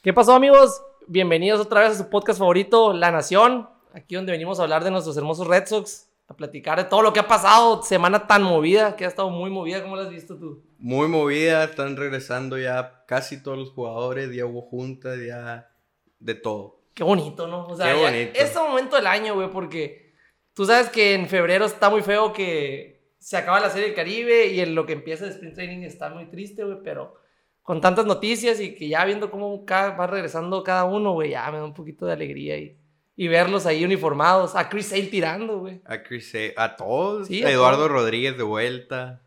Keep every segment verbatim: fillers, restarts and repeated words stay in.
¿Qué pasó, amigos? Bienvenidos otra vez a su podcast favorito, La Nación. Aquí donde venimos a hablar de nuestros hermosos Red Sox, a platicar de todo lo que ha pasado. Semana tan movida, que ha estado muy movida. ¿Cómo la has visto tú? Muy movida, están regresando ya casi todos los jugadores, ya hubo juntas, ya de todo. Qué bonito, ¿no? O sea, Qué ya, bonito. este momento del año, güey, porque tú sabes que en febrero está muy feo que se acaba la Serie del Caribe y en lo que empieza el Sprint Training está muy triste, güey, pero con tantas noticias y que ya viendo cómo cada, va regresando cada uno, güey, ya me da un poquito de alegría y, y verlos ahí uniformados. A Chris Sale tirando, güey. A Chris, a todos, Sí, a a Eduardo todos. Rodríguez de vuelta.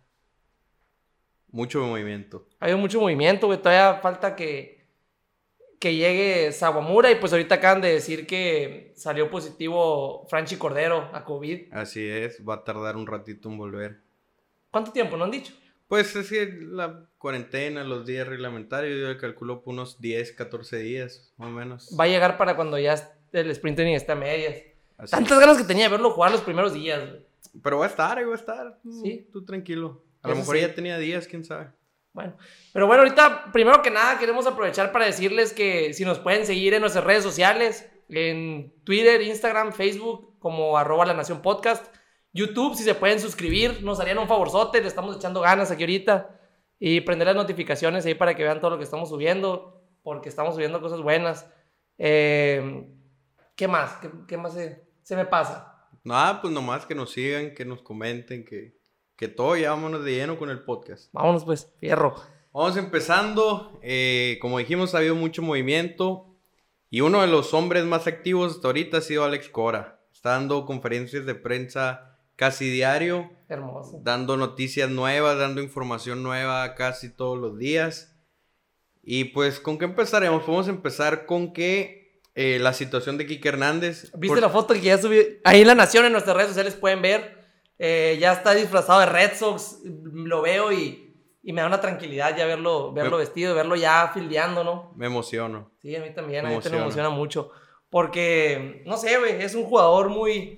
Mucho movimiento. Ha habido mucho movimiento, güey. Todavía falta que, que llegue Sawamura y pues ahorita acaban de decir que salió positivo Franchi Cordero a COVID. Así es, va a tardar un ratito en volver. ¿Cuánto tiempo? ¿No han dicho? Pues es que la cuarentena, los días reglamentarios, yo le calculo por unos diez, catorce días, más o menos. Va a llegar para cuando ya el sprint training esté a medias. Así Tantas es. ganas que tenía de verlo jugar los primeros días, güey. Pero va a estar, ahí va a estar. Tú, Sí. Tú tranquilo. A Eso lo mejor sí. ya tenía días, quién sabe. Bueno, pero bueno, ahorita, primero que nada, queremos aprovechar para decirles que si nos pueden seguir en nuestras redes sociales, en Twitter, Instagram, Facebook, como arroba La Nación Podcast, YouTube, si se pueden suscribir, nos harían un favorzote, le estamos echando ganas aquí ahorita, y prender las notificaciones ahí para que vean todo lo que estamos subiendo, porque estamos subiendo cosas buenas. Eh, ¿Qué más? ¿Qué, qué más se, se me pasa? Nada, pues nomás que nos sigan, que nos comenten, que, que todo, ya vámonos de lleno con el podcast. Vámonos pues, fierro. Vamos empezando, eh, como dijimos, ha habido mucho movimiento y uno de los hombres más activos hasta ahorita ha sido Alex Cora. Está dando conferencias de prensa casi diario, Hermoso. dando noticias nuevas, dando información nueva casi todos los días. Y pues, ¿con qué empezaremos? Podemos empezar con que eh, la situación de Kike Hernández. ¿Viste por... la foto que ya subí? Ahí en La Nación, en nuestras redes sociales pueden ver. Eh, ya está disfrazado de Red Sox. Lo veo y, y me da una tranquilidad ya verlo, verlo Me- vestido, verlo ya fildeando, ¿no? Me emociono. Sí, a mí también, a Me mí también me emociona. emociona mucho. Porque, no sé, güey, es un jugador muy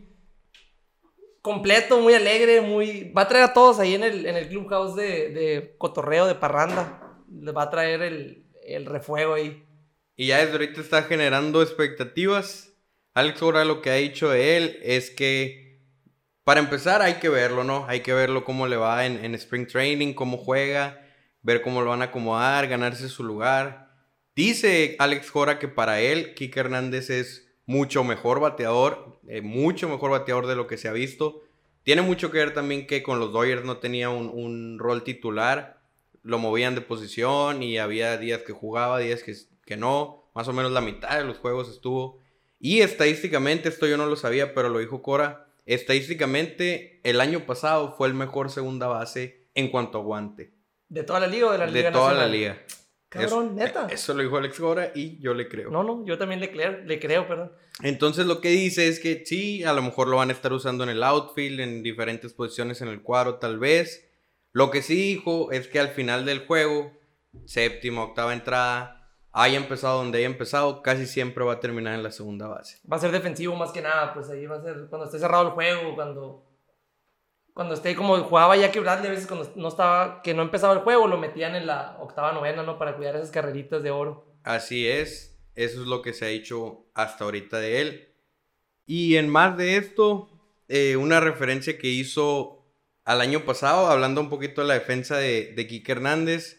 completo, muy alegre, muy... Va a traer a todos ahí en el, en el clubhouse de, de cotorreo, de parranda. Les va a traer el, el refuego ahí. Y ya desde ahorita está generando expectativas. Alex Cora lo que ha dicho de él es que, para empezar, hay que verlo, ¿no? Hay que verlo cómo le va en, en Spring Training, cómo juega, ver cómo lo van a acomodar, ganarse su lugar. Dice Alex Cora que para él, Kike Hernández es mucho mejor bateador, eh, mucho mejor bateador de lo que se ha visto. Tiene mucho que ver también que con los Dodgers no tenía un, un rol titular. Lo movían de posición y había días que jugaba, días que, que no. Más o menos la mitad de los juegos estuvo. Y estadísticamente, esto yo no lo sabía, pero lo dijo Cora, estadísticamente el año pasado fue el mejor segunda base en cuanto a guante. ¿De toda la liga o de la De liga toda nacional? la liga. Cabrón, Eso, neta. Eso lo dijo Alex Cora y yo le creo. No, no, yo también le creo, le creo, perdón. Entonces lo que dice es que sí, a lo mejor lo van a estar usando en el outfield, en diferentes posiciones en el cuadro tal vez. Lo que sí dijo es que al final del juego, séptima, octava entrada, haya empezado donde haya empezado, casi siempre va a terminar en la segunda base. Va a ser defensivo más que nada, pues ahí va a ser cuando esté cerrado el juego, cuando cuando esté como jugaba Jackie Bradley, a veces cuando no estaba, que no empezaba el juego, lo metían en la octava, novena, ¿no? Para cuidar esas carreritas de oro. Así es, eso es lo que se ha dicho hasta ahorita de él. Y en más de esto, eh, una referencia que hizo al año pasado, hablando un poquito de la defensa de, de Kike Hernández,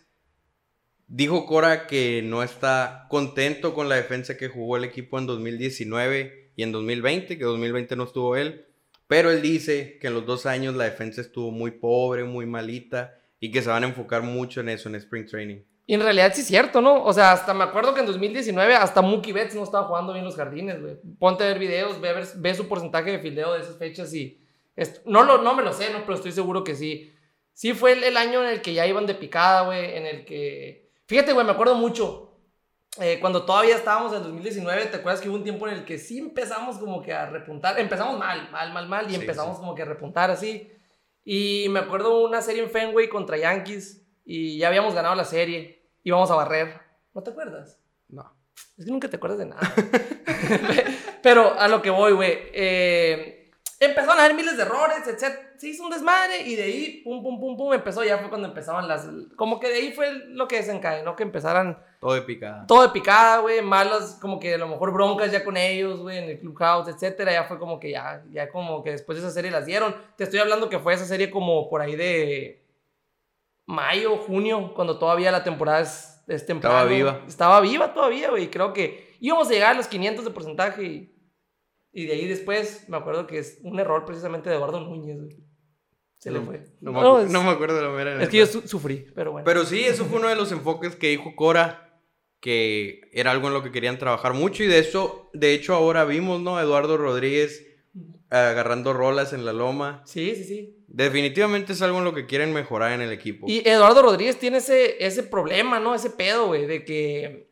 dijo Cora que no está contento con la defensa que jugó el equipo en dos mil diecinueve y en dos mil veinte, que dos mil veinte no estuvo él, pero él dice que en los dos años la defensa estuvo muy pobre, muy malita, y que se van a enfocar mucho en eso, en Spring Training. Y en realidad sí es cierto, ¿no? O sea, hasta me acuerdo que en dos mil diecinueve hasta Mookie Betts no estaba jugando bien los jardines, güey. Ponte a ver videos, ve, a ver, ve su porcentaje de fildeo de esas fechas y... Esto, no, lo, no me lo sé, ¿no? Pero estoy seguro que sí. Sí fue el, el año en el que ya iban de picada, güey, en el que... Fíjate, güey, me acuerdo mucho. Eh, cuando todavía estábamos en dos mil diecinueve, ¿te acuerdas que hubo un tiempo en el que sí empezamos como que a repuntar? Empezamos mal, mal, mal, mal, y Sí, empezamos sí. como que a repuntar así. Y me acuerdo una serie en Fenway contra Yankees y ya habíamos ganado la serie. Íbamos a barrer. ¿No te acuerdas? No. Es que nunca te acuerdas de nada. Pero a lo que voy, güey. Eh, empezaron a haber miles de errores, etcétera. Se hizo un desmadre y de ahí, pum, pum, pum, pum, empezó. Ya fue cuando empezaban las... Como que de ahí fue lo que desencadenó que empezaran... Todo de picada. Todo de picada, güey. Malas, como que a lo mejor broncas ya con ellos, güey, en el Clubhouse, etcétera. Ya fue como que ya, ya como que después de esa serie las dieron. Te estoy hablando que fue esa serie como por ahí de... mayo, junio, cuando todavía la temporada es, es temprano. Estaba viva. Estaba viva todavía, güey. Creo que íbamos a llegar a los quinientos de porcentaje y... Y de ahí después, me acuerdo que es un error precisamente de Eduardo Núñez, güey. Se no, le fue. No, no, no, me, es, no me acuerdo de la mera. Es neta. Que yo su sufrí, pero bueno. Pero sí, eso fue uno de los enfoques que dijo Cora, que era algo en lo que querían trabajar mucho. Y de hecho, de hecho ahora vimos, ¿no? Eduardo Rodríguez agarrando rolas en la loma. Sí, sí, sí. Definitivamente es algo en lo que quieren mejorar en el equipo. Y Eduardo Rodríguez tiene ese, ese problema, ¿no? Ese pedo, güey, de que...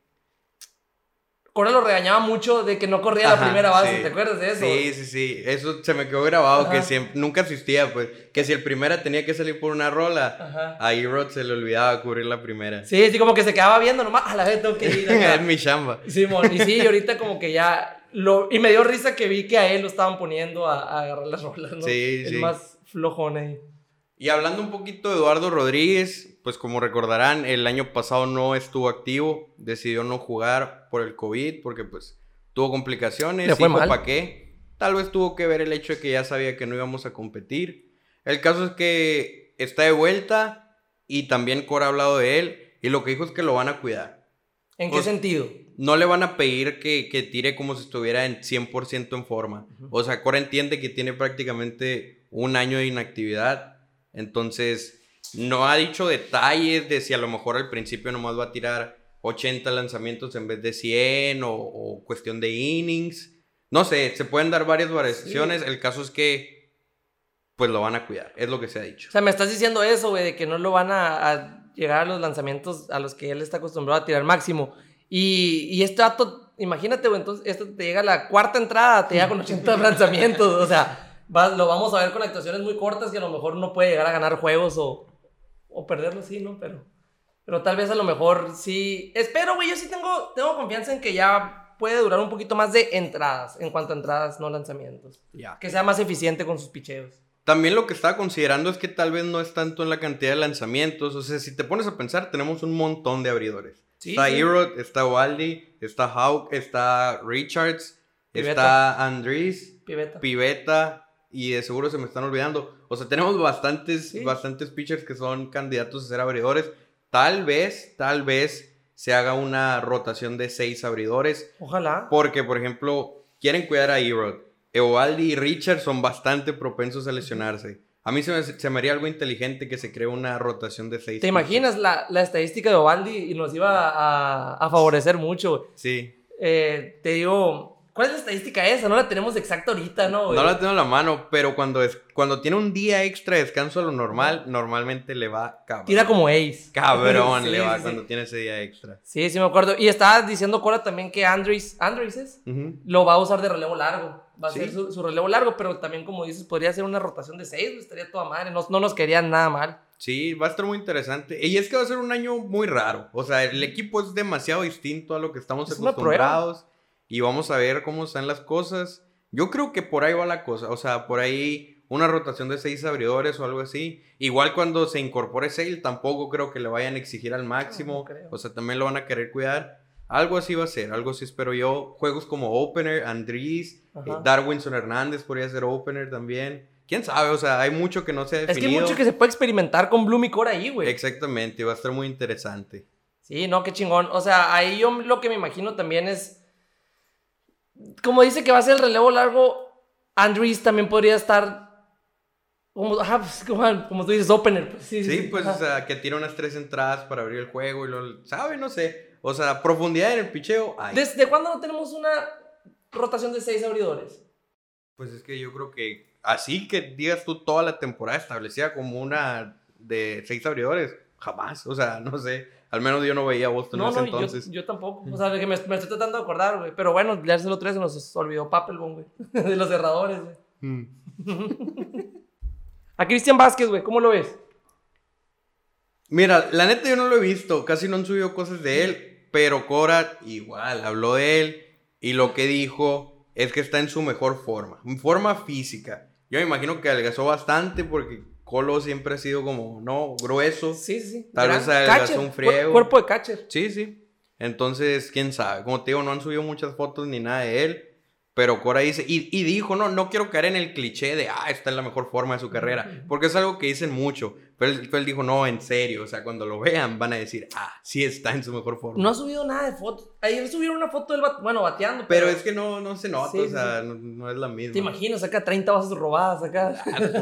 Cora lo regañaba mucho de que no corría Ajá, la primera base, sí. ¿Te acuerdas de eso? Sí, sí, sí, eso se me quedó grabado, Ajá. que siempre, nunca asistía, pues, que si el primera tenía que salir por una rola, Ajá. a E-Rod se le olvidaba cubrir la primera. Sí, sí, como que se quedaba viendo nomás, a la vez tengo que ir acá. Es mi chamba. Sí, mon, y sí, ahorita como que ya, lo, y me dio risa que vi que a él lo estaban poniendo a, a agarrar las rolas, ¿no? Sí, el sí. más flojón ahí. Y hablando un poquito de Eduardo Rodríguez, pues como recordarán, el año pasado no estuvo activo, decidió no jugar por el COVID, porque pues tuvo complicaciones, ¿Le fue mal? ¿Para qué? Tal vez tuvo que ver el hecho de que ya sabía que no íbamos a competir. El caso es que está de vuelta y también Cora ha hablado de él y lo que dijo es que lo van a cuidar. ¿En qué o, sentido? No le van a pedir que, que tire como si estuviera en cien por ciento en forma. Uh-huh. O sea, Cora entiende que tiene prácticamente un año de inactividad. Entonces, no ha dicho detalles de si a lo mejor al principio nomás va a tirar ochenta lanzamientos en vez de cien o, o cuestión de innings. No sé, se pueden dar varias variaciones. Sí. El caso es que, pues lo van a cuidar, es lo que se ha dicho. O sea, me estás diciendo eso, güey, de que no lo van a, a llegar a los lanzamientos a los que él está acostumbrado a tirar máximo. Y, y este dato, imagínate, güey, entonces esto te llega a la cuarta entrada, te llega con ochenta lanzamientos, o sea... Va, lo vamos a ver con actuaciones muy cortas que a lo mejor no puede llegar a ganar juegos o, o perderlo, sí, ¿no? Pero, pero tal vez a lo mejor sí. Espero, güey, yo sí tengo, tengo confianza en que ya puede durar un poquito más de entradas, en cuanto a entradas, no lanzamientos. Ya. Que sea más eficiente con sus picheos. También lo que estaba considerando es que tal vez no es tanto en la cantidad de lanzamientos. O sea, si te pones a pensar, tenemos un montón de abridores. Sí, está sí. E-Rod, está Waldy, está Houck, está Richards, Pivetta. Está Andrés, Pivetta. Pivetta. Y de seguro se me están olvidando. O sea, tenemos bastantes, sí. bastantes pitchers que son candidatos a ser abridores. Tal vez, tal vez se haga una rotación de seis abridores. Ojalá. Porque, por ejemplo, quieren cuidar a E-Rod. Eovaldi y Richard son bastante propensos a lesionarse. A mí se me, se me haría algo inteligente que se cree una rotación de seis. ¿Te pitchers. Imaginas la, la estadística de Eovaldi? Y nos iba a, a favorecer mucho. Sí. Eh, te digo... ¿Cuál es la estadística esa? No la tenemos exacta ahorita, ¿no, güey? No la tengo en la mano, pero cuando, es, cuando tiene un día extra de descanso a lo normal, normalmente le va cabrón. Tira como ace. Cabrón sí, le va sí, cuando sí. tiene ese día extra. Sí, sí me acuerdo. Y estaba diciendo Cora también que Andrés, Andrés es, uh-huh. lo va a usar de relevo largo. Va a ¿Sí? ser su, su relevo largo, pero también, como dices, podría ser una rotación de seis, estaría toda madre. No, no nos querían nada mal. Sí, va a estar muy interesante. Y es que va a ser un año muy raro. O sea, el equipo es demasiado distinto a lo que estamos es acostumbrados. Y vamos a ver cómo están las cosas. Yo creo que por ahí va la cosa. O sea, por ahí una rotación de seis abridores o algo así. Igual cuando se incorpore Sale, tampoco creo que le vayan a exigir al máximo. No, no o sea, también lo van a querer cuidar. Algo así va a ser, algo así espero yo. Juegos como Opener, Andrés, eh, Darwinson Hernández podría ser Opener también. ¿Quién sabe? O sea, hay mucho que no se ha definido. Es que hay mucho que se puede experimentar con Bloom y Cora ahí, güey. Exactamente, va a estar muy interesante. Sí, no, qué chingón. O sea, ahí yo lo que me imagino también es... Como dice que va a ser el relevo largo, Andrés también podría estar como, ah, pues, como, como tú dices, opener. Pues, sí, sí, sí, pues, ajá. O sea, que tira unas tres entradas para abrir el juego y lo, ¿sabe? No sé. O sea, profundidad en el picheo hay. ¿Desde cuándo no tenemos una rotación de seis abridores? Pues es que yo creo que así que digas tú toda la temporada establecida como una de seis abridores, jamás. O sea, no sé. Al menos yo no veía a Boston no, en ese no, entonces. Yo, yo tampoco. O sea, que me, me estoy tratando de acordar, güey. Pero bueno, ya hace lo tres se nos olvidó Papelbon, güey. De los cerradores, güey. Mm. A Cristian Vázquez, güey, ¿cómo lo ves? Mira, la neta yo no lo he visto. Casi no han subido cosas de él. Pero Cora igual habló de él. Y lo que dijo es que está en su mejor forma. En forma física. Yo me imagino que adelgazó bastante porque Colo siempre ha sido como, no, grueso. Sí, sí, sí. Tal Gran vez adelgazó catcher, un friego. Cuerpo de catcher. Sí, sí. Entonces, quién sabe. Como te digo, no han subido muchas fotos ni nada de él. Pero Cora dice, y, y dijo, no, no quiero caer en el cliché de, ah, esta es la mejor forma de su carrera. Porque es algo que dicen mucho. Pero él, pero él dijo, no, en serio. O sea, cuando lo vean van a decir, ah, sí está en su mejor forma. No ha subido nada de fotos. Ayer subieron una foto del, bat- bueno, bateando. Pero, pero es que no, no se nota, sí, o sea, sí. no, no es la misma. Te imaginas, acá treinta bases robadas, acá.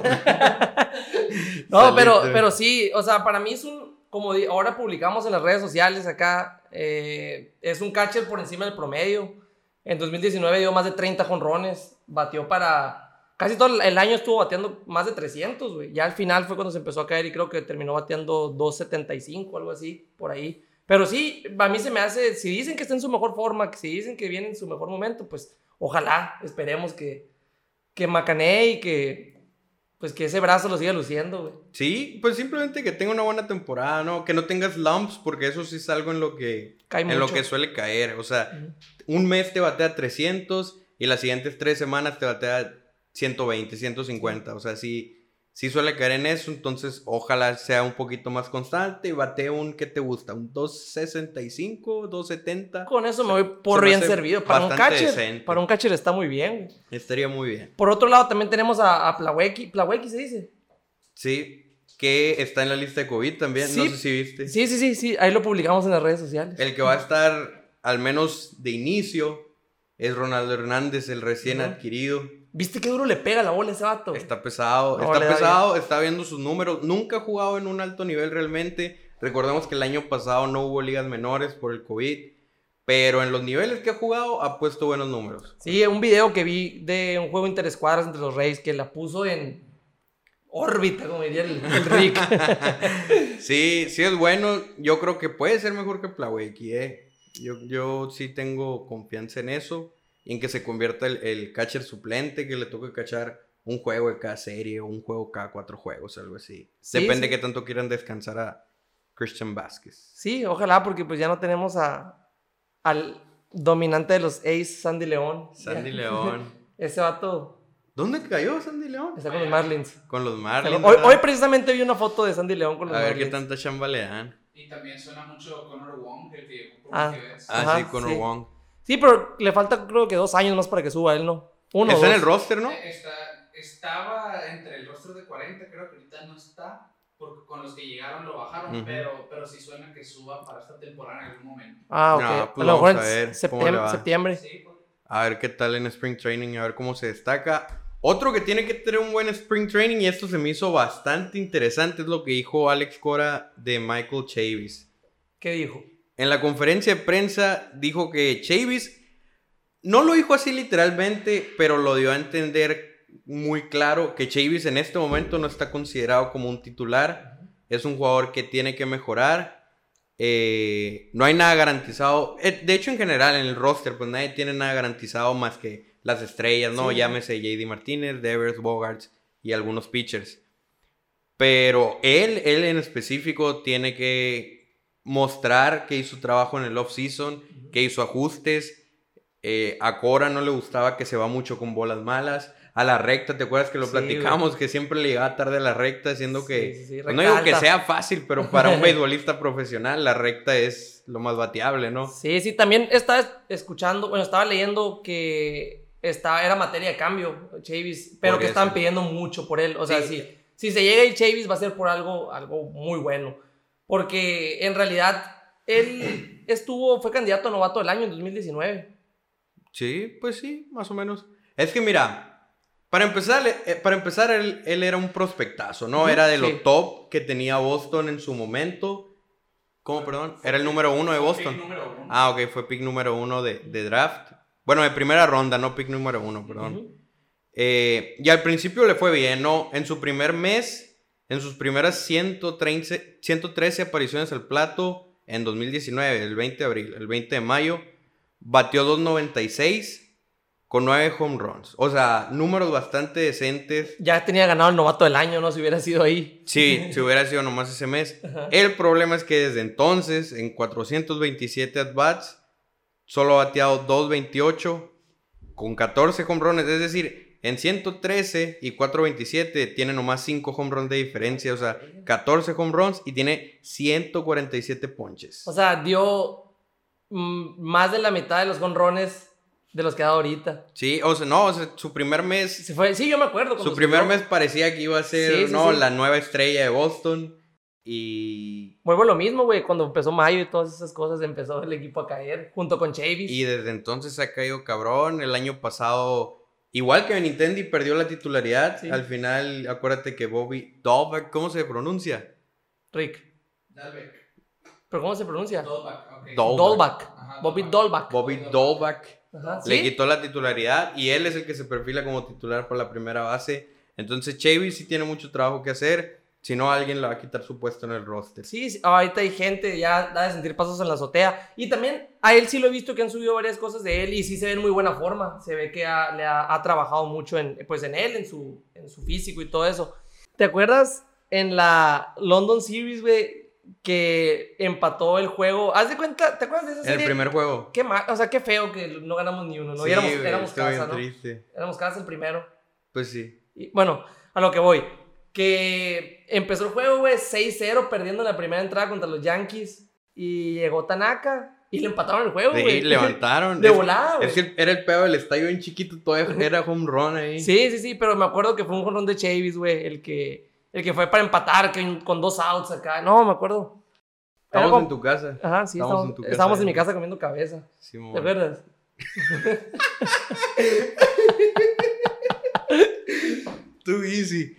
No, pero, pero sí, o sea, para mí es un, como di- ahora publicamos en las redes sociales acá, eh, es un catcher por encima del promedio. En dos mil diecinueve dio más de treinta jonrones, batió para, casi todo el año estuvo bateando más de trescientos, güey. Ya al final fue cuando se empezó a caer y creo que terminó bateando dos setenta y cinco, algo así, por ahí. Pero sí, a mí se me hace, si dicen que está en su mejor forma, que si dicen que viene en su mejor momento, pues ojalá, esperemos que, que macanee y que, pues que ese brazo lo siga luciendo, güey. Sí, pues simplemente que tenga una buena temporada, ¿no? Que no tenga slumps, porque eso sí es algo en lo que, Cae en mucho. lo que suele caer. O sea, Ujú. un mes te batea trescientos y las siguientes tres semanas te batea ciento veinte, ciento cincuenta. O sea, sí, sí suele caer en eso. Entonces, ojalá sea un poquito más constante y batee un, ¿qué te gusta? Un dos sesenta y cinco, dos setenta. Con eso Se- me voy por se me bien hace servido. Para un bastante catcher, decente. para un catcher está muy bien, güey. Estaría muy bien. Por otro lado, también tenemos a, a Plawecki. Plawecki se dice. Sí, que está en la lista de COVID también. Sí. No sé si viste. Sí, sí, sí, sí. Ahí lo publicamos en las redes sociales. El que va a estar, al menos de inicio, es Ronaldo Hernández, el recién Ujú. adquirido. ¿Viste qué duro le pega la bola a ese vato, güey? Está pesado, No, está le da pesado, está viendo sus números. Nunca ha jugado en un alto nivel realmente. Recordemos que el año pasado no hubo ligas menores por el COVID. Pero en los niveles que ha jugado, ha puesto buenos números. Sí, un video que vi de un juego interescuadras entre los Reyes que la puso en órbita, como diría el, el Rick. Sí, sí es bueno. Yo creo que puede ser mejor que Plawecki, eh. Yo, yo sí tengo confianza en eso. Y en que se convierta el, el catcher suplente, que le toque cachar un juego de cada serie o un juego cada cuatro juegos, algo así. Sí, Depende sí. de qué tanto quieran descansar a Christian Vázquez. Sí, ojalá, porque pues ya no tenemos a, al dominante de los A's, Sandy León. Sandy Ya. León. Ese vato ¿Dónde cayó Sandy León? está con los Marlins. Con los Marlins. Hoy, ¿verdad? hoy precisamente vi una foto de Sandy León con los A ver Marlins. qué tanta chamba le dan. Y también suena mucho Connor Wong, el que llegó por Ah. Montevideo. Ah, Ajá, sí, Connor sí. Wong. Sí, pero le falta creo que dos años más para que suba él, ¿no? Uno o Está en dos. el roster, ¿no? Eh, Está, estaba entre el roster de cuarenta, creo que ahorita no está, porque con los que llegaron lo bajaron, Ujú. pero, pero sí suena que suba para esta temporada en algún momento. Ah, ok. No, pues a lo mejor vamos a en ver septiembre. cómo le va. septiembre. Sí, pues, A ver qué tal en Spring Training, a ver cómo se destaca. Otro que tiene que tener un buen Spring Training, y esto se me hizo bastante interesante, es lo que dijo Alex Cora de Michael Chavis. ¿Qué dijo? En la conferencia de prensa dijo que Chavis, no lo dijo así literalmente, pero lo dio a entender muy claro que Chavis en este momento no está considerado como un titular. Es un jugador que tiene que mejorar. Eh, no hay nada garantizado. Eh, de hecho, en general, en el roster, pues nadie tiene nada garantizado más que las estrellas, ¿no? Sí. Llámese J D Martínez, Devers, Bogarts y algunos pitchers. Pero él, él en específico, tiene que mostrar que hizo trabajo en el off-season, que hizo ajustes. Eh, a Cora no le gustaba que se va mucho con bolas malas. A la recta, ¿te acuerdas que lo Sí, platicamos? güey. Que siempre le llegaba tarde a la recta, siendo Sí, que... sí, sí, pues no digo que recta sea fácil, pero para un beisbolista profesional la recta es lo más bateable, ¿no? Sí, sí, también estaba escuchando, bueno, estaba leyendo que estaba, era materia de cambio, Chavis, pero Por que eso. estaban pidiendo mucho por él. O sea, Sí. si, si se llega el Chavis va a ser por algo, algo muy bueno. Porque en realidad él estuvo, fue candidato a novato del año en dos mil diecinueve. Sí, pues sí, más o menos. Es que mira, para empezar, eh, para empezar él, él era un prospectazo, ¿no? Ujú, Era de sí. lo top que tenía Boston en su momento. ¿Cómo, perdón? Era el número uno de Boston. pick número uno. Ah, ok, fue pick número uno de, de draft. Bueno, de primera ronda, no pick número uno, perdón. Ujú. Eh, y al principio le fue bien, ¿no? En su primer mes, en sus primeras ciento trece, ciento trece apariciones al plato, en dos mil diecinueve, el veinte de abril, el veinte de mayo, batió dos noventa y seis con nueve home runs. O sea, números bastante decentes. Ya tenía ganado el novato del año, ¿no? Si hubiera sido ahí. Sí, si hubiera sido nomás ese mes. Ajá. El problema es que desde entonces, en cuatrocientos veintisiete at-bats, solo ha bateado dos veintiocho con catorce home runs. Es decir, En ciento trece y cuatrocientos veintisiete tiene nomás cinco home runs de diferencia, o sea, catorce home runs y tiene ciento cuarenta y siete ponches. O sea, dio mm, más de la mitad de los jonrones de los que ha dado ahorita. Sí, o sea, no, o sea, su primer mes... Se fue, sí, yo me acuerdo. Su primer subió. mes parecía que iba a ser, sí, sí, no, sí. la nueva estrella de Boston y... Vuelvo a lo mismo, güey, cuando empezó mayo y todas esas cosas, empezó el equipo a caer, junto con Chavis. Y desde entonces se ha caído cabrón. El año pasado... Igual que Benintendi perdió la titularidad, sí. Al final, acuérdate que Bobby Dalbec, ¿cómo se pronuncia? Rick. Dalbec. ¿Pero cómo se pronuncia? Dalbec, okay. Dalbec. Bobby Dalbec. Bobby Dalbec ¿sí? Le quitó la titularidad y él es el que se perfila como titular por la primera base. Entonces Chavis sí tiene mucho trabajo que hacer. Si no, alguien le va a quitar su puesto en el roster. Sí, sí, ahorita hay gente, ya da de sentir pasos en la azotea. Y también a él sí lo he visto que han subido varias cosas de él y sí se ve en muy buena forma. Se ve que ha, le ha, ha trabajado mucho en, pues en él, en su, en su físico y todo eso. ¿Te acuerdas en la London Series, güey, que empató el juego? Haz de cuenta, ¿te acuerdas de esa serie? En el primer juego. Qué mal, o sea, qué feo que no ganamos ni uno, ¿no? Sí, y éramos, güey, éramos casa, ¿no? Triste. Éramos casa el primero. Pues sí. Y, bueno, a lo que voy. Que empezó el juego, güey, seis cero, perdiendo en la primera entrada contra los Yankees. Y llegó Tanaka y le empataron el juego, güey. Sí, levantaron. De es, volada, güey. Es que era el pedo del estadio bien chiquito, todavía era home run ahí. Sí, sí, sí, pero me acuerdo que fue un home run de Chavis, güey, el que, el que fue para empatar, que con dos outs acá. No, me acuerdo. Estamos como... en tu casa. Ajá, sí, estamos, estamos, en, tu casa, estábamos en eh. mi casa comiendo cabeza. Sí, ¿te acuerdas? Too easy.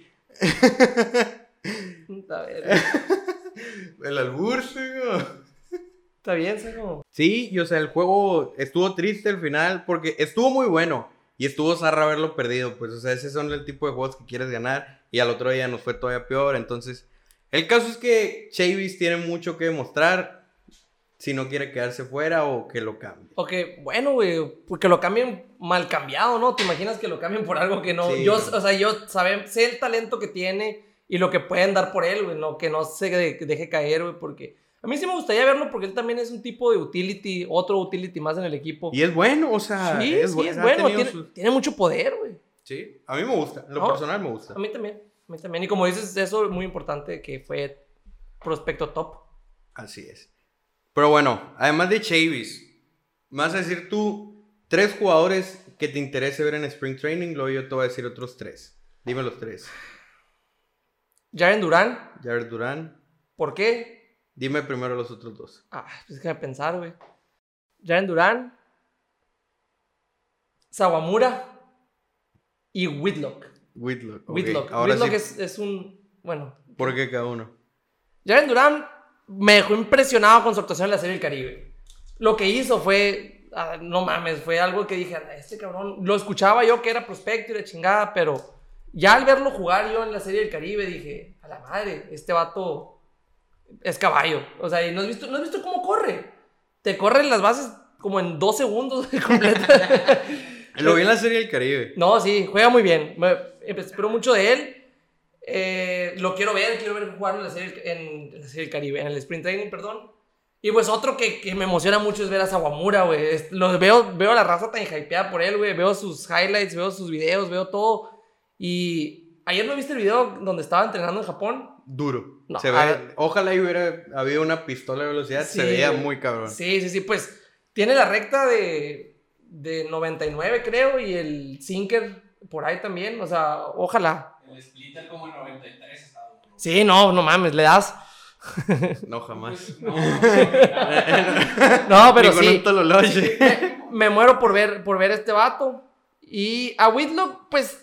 Está bien. El albur, señor. Está bien, señor. Sí, y o sea, el juego estuvo triste al final porque estuvo muy bueno y estuvo zarra haberlo perdido. Pues, o sea, ese son el tipo de juegos que quieres ganar y al otro día nos fue todavía peor. Entonces, el caso es que Chavis tiene mucho que demostrar si no quiere quedarse fuera o que lo cambie. Ok, bueno, güey, porque lo cambien mal cambiado, ¿no? ¿Te imaginas que lo cambien por algo que no? Sí, yo, no. O sea, yo sabe, sé el talento que tiene y lo que pueden dar por él, güey, no, que no se de, deje caer, güey, porque a mí sí me gustaría verlo porque él también es un tipo de utility, otro utility más en el equipo. Y es bueno, o sea, sí, es, sí, bu- es ha bueno, tenido tiene, sus- tiene mucho poder, güey. Sí, a mí me gusta, en lo No, personal me gusta. A mí también, a mí también. Y como dices, eso es muy importante que fue prospecto top. Así es. Pero bueno, además de Chavis, me vas a decir tú tres jugadores que te interese ver en Spring Training, luego yo te voy a decir otros tres. Dime los tres. Jaren Durán, Jared Durán. ¿por qué? Dime primero los otros dos. Ah, pues déjame pensar, güey. Jaren Durán, Sawamura y Whitlock. Whitlock. ok. Whitlock. Ahora Whitlock sí, es, es un... Bueno. ¿por qué cada uno? Jaren Durán me dejó impresionado con su actuación en la Serie del Caribe. Lo que hizo fue... ah, no mames, fue algo que dije, este cabrón... Lo escuchaba yo que era prospecto y la chingada, pero... Ya al verlo jugar yo en la Serie del Caribe dije, a la madre, este vato es caballo. O sea, ¿y no has visto, no has visto cómo corre? Te corren las bases como en dos segundos completa. Lo vi en la Serie del Caribe. No, sí, juega muy bien. Me, espero mucho de él. Eh, lo quiero ver, quiero ver jugar en la, serie, en, en la Serie del Caribe, en el Sprint Training, perdón. Y pues otro que, que me emociona mucho es ver a Sawamura, güey. Es- Lo veo, veo a la raza tan hypeada por él, güey. Veo sus highlights, veo sus videos, veo todo. Y ayer no viste el video donde estaba entrenando en Japón. Duro. No, se ve, a ver. ojalá y hubiera habido una pistola de velocidad. Sí, se veía güey. muy cabrón. Sí, sí, sí, pues tiene la recta de, de noventa y nueve, creo, y el sinker por ahí también. O sea, ojalá. El splitter como en noventa y tres estaba duro. Sí, no, no mames, le das. No, jamás. Pues, no, no, no, No, pero Ni con sí. un tololoche. me, me muero por ver, por ver este vato. Y a Whitlock, pues,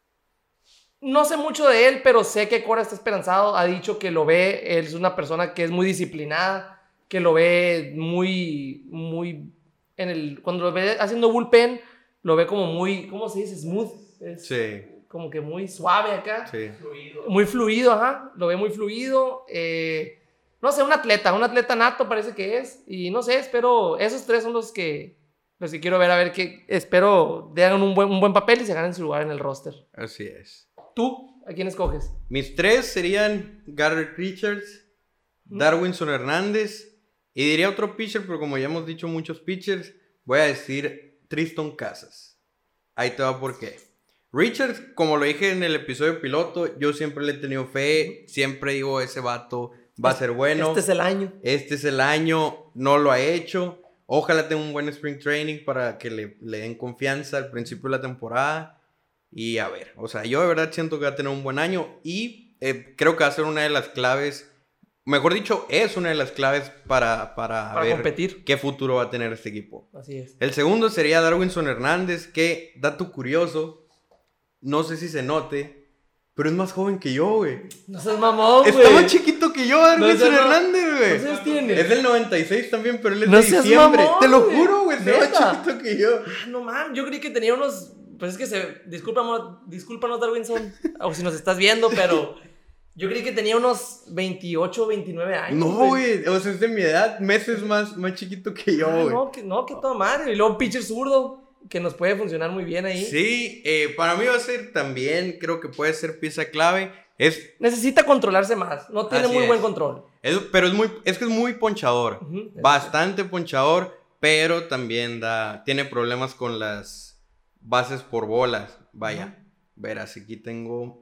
no sé mucho de él, pero sé que Cora está esperanzado. Ha dicho que lo ve, él es una persona que es muy disciplinada, que lo ve muy, muy, en el, cuando lo ve haciendo bullpen, lo ve como muy, ¿cómo se dice? Smooth. Es Sí, como que muy suave acá. sí. fluido. Muy fluido, ajá. Lo ve muy fluido. Eh, no sé, un atleta, un atleta nato parece que es. Y no sé, espero, esos tres son los que, los que quiero ver, a ver que espero de hagan un buen, un buen papel y se ganen su lugar en el roster. Así es. ¿Tú? ¿A quién escoges? Mis tres serían Garrett Richards, Darwinson Hernández y diría otro pitcher, pero como ya hemos dicho muchos pitchers, voy a decir Triston Casas. Ahí te va por qué. Richards, como lo dije en el episodio piloto, yo siempre le he tenido fe. Siempre digo, ese vato va a ser bueno. Este es el año. Este es el año, no lo ha hecho. Ojalá tenga un buen spring training para que le, le den confianza al principio de la temporada. Y a ver, o sea, yo de verdad siento que va a tener un buen año. Y eh, creo que va a ser una de las claves, mejor dicho, es una de las claves para, para, Para ver competir. qué futuro va a tener este equipo. Así es. El segundo sería Darwinson Hernández, que, dato curioso, no sé si se note, pero es más joven que yo, güey. No seas mamón, güey. Está más chiquito que yo, Darwinson No, no, no. Hernández, güey. ¿Cuántos años tiene? Es del noventa y seis también, pero él es No de seas diciembre. mamón, Te lo güey. juro, güey. Está más ¿Neta? chiquito que yo. Ah, no mames, yo creí que tenía unos. Pues es que se. Discúlpanos, discúlpanos Darwinson. O si nos estás viendo, pero. Yo creí que tenía unos veintiocho, veintinueve años. No, güey. O sea, es de mi edad, meses más, más chiquito que yo, Ah, güey. no, que, no, que toda madre. Y luego un pitcher zurdo. Que nos puede funcionar muy bien ahí. Sí, eh, para mí va a ser también, creo que puede ser pieza clave. Es, Necesita controlarse más. No tiene Así muy es. buen control. es, pero es muy, es que es muy ponchador. Ujú, Bastante ponchador, pero también da, tiene problemas con las bases por bolas. Vaya, Ujú. verás, aquí tengo...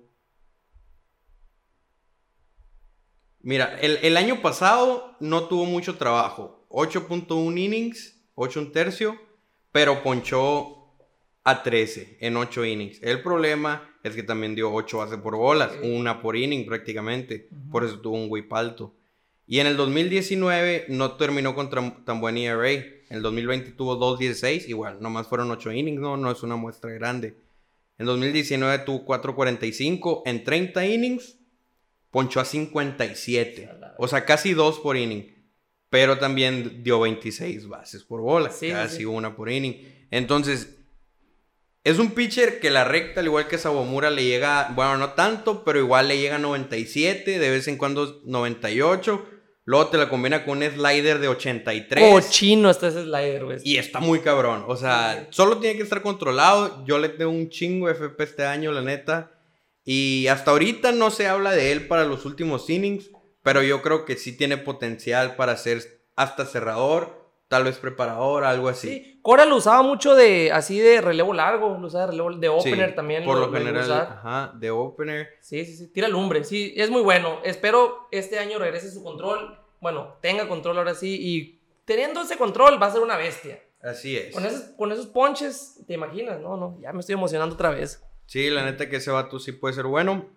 Mira, el, el año pasado no tuvo mucho trabajo. ocho punto uno innings, ocho un tercio, pero ponchó a trece en ocho innings. El problema es que también dio ocho bases por bolas, Ok. una por inning prácticamente. Ujú. Por eso tuvo un whip alto. Y en el dos mil diecinueve no terminó con tan, tan buen E R A. En el dos mil veinte tuvo dos dieciséis, igual, nomás fueron ocho innings, no, no es una muestra grande. En dos mil diecinueve tuvo cuatro cuarenta y cinco en treinta innings, ponchó a cincuenta y siete. O sea, casi dos por inning. Pero también dio veintiséis bases por bola, Sí, casi sí. una por inning. Entonces, es un pitcher que la recta, al igual que Sawamura, le llega, bueno, no tanto, pero igual le llega a noventa y siete, de vez en cuando noventa y ocho. Luego te la combina con un slider de ochenta y tres. Cochino está ese slider, güey. Y está muy cabrón. O sea, solo tiene que estar controlado. Yo le tengo un chingo de F P este año, la neta. Y hasta ahorita no se habla de él para los últimos innings. Pero yo creo que sí tiene potencial para ser hasta cerrador. Tal vez preparador, algo así. Sí, Cora lo usaba mucho de así de relevo largo, lo usaba de relevo de opener Sí, también. Por lo, lo iba a general, usar. ajá, de opener. Sí, sí, sí, tira lumbre, sí, es muy bueno. Espero este año regrese su control, bueno, tenga control ahora sí, y teniendo ese control va a ser una bestia. Así es. Con esos, con esos ponches, ¿te imaginas? No, no, ya me estoy emocionando otra vez. Sí, la neta que ese vato sí puede ser bueno.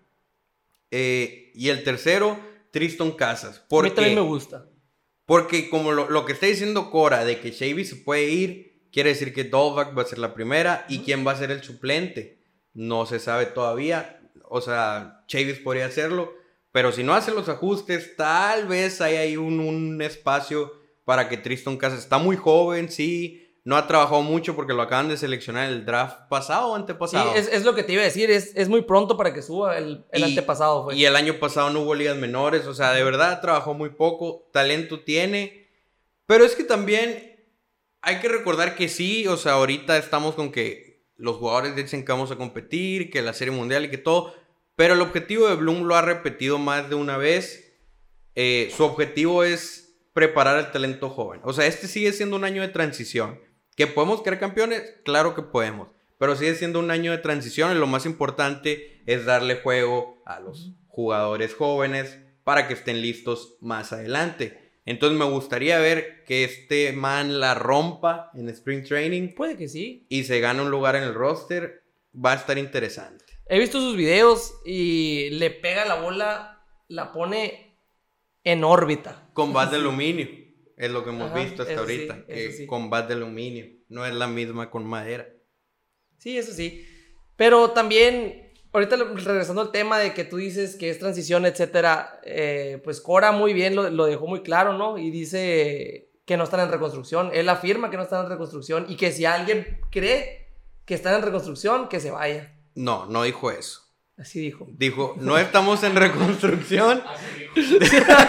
Eh, y el tercero, Tristan Casas. ¿Por a mí qué? también me gusta. Porque como lo, lo que está diciendo Cora de que Shavy se puede ir, quiere decir que Dolbach va a ser la primera. ¿Y quién va a ser el suplente? No se sabe todavía. O sea, Chavis podría hacerlo. Pero si no hace los ajustes, tal vez hay ahí un, un espacio para que Tristan Casas... Está muy joven, sí. No ha trabajado mucho porque lo acaban de seleccionar en el draft pasado o Sí, antepasado. es, es lo que te iba a decir, es, es muy pronto para que suba, el, el Y- antepasado fue. Y el año pasado no hubo ligas menores, o sea, de verdad trabajó muy poco, talento tiene, pero es que también hay que recordar que sí, o sea, ahorita estamos con que los jugadores dicen que vamos a competir, que la Serie Mundial y que todo, pero el objetivo de Bloom lo ha repetido más de una vez. Eh, su objetivo es preparar al talento joven, o sea, este sigue siendo un año de transición. ¿Que podemos crear campeones? Claro que podemos. Pero sigue siendo un año de transición y lo más importante es darle juego a los jugadores jóvenes para que estén listos más adelante. Entonces me gustaría ver que este man la rompa en Spring Training Puede que sí. y se gane un lugar en el roster. Va a estar interesante. He visto sus videos y le pega la bola, la pone en órbita. Con bat de aluminio. Es lo que hemos Ajá, visto hasta eso sí, ahorita. eso que sí. Con bat de aluminio. No es la misma con madera. Sí, eso sí. Pero también, ahorita lo- regresando al tema de que tú dices que es transición, etcétera, eh, pues Cora muy bien lo, lo dejó muy claro, ¿no? Y dice que no están en reconstrucción. Él afirma que no están en reconstrucción y que si alguien cree que están en reconstrucción, que se vaya. No, no dijo eso. Así dijo. Dijo, no estamos en reconstrucción. Así dijo.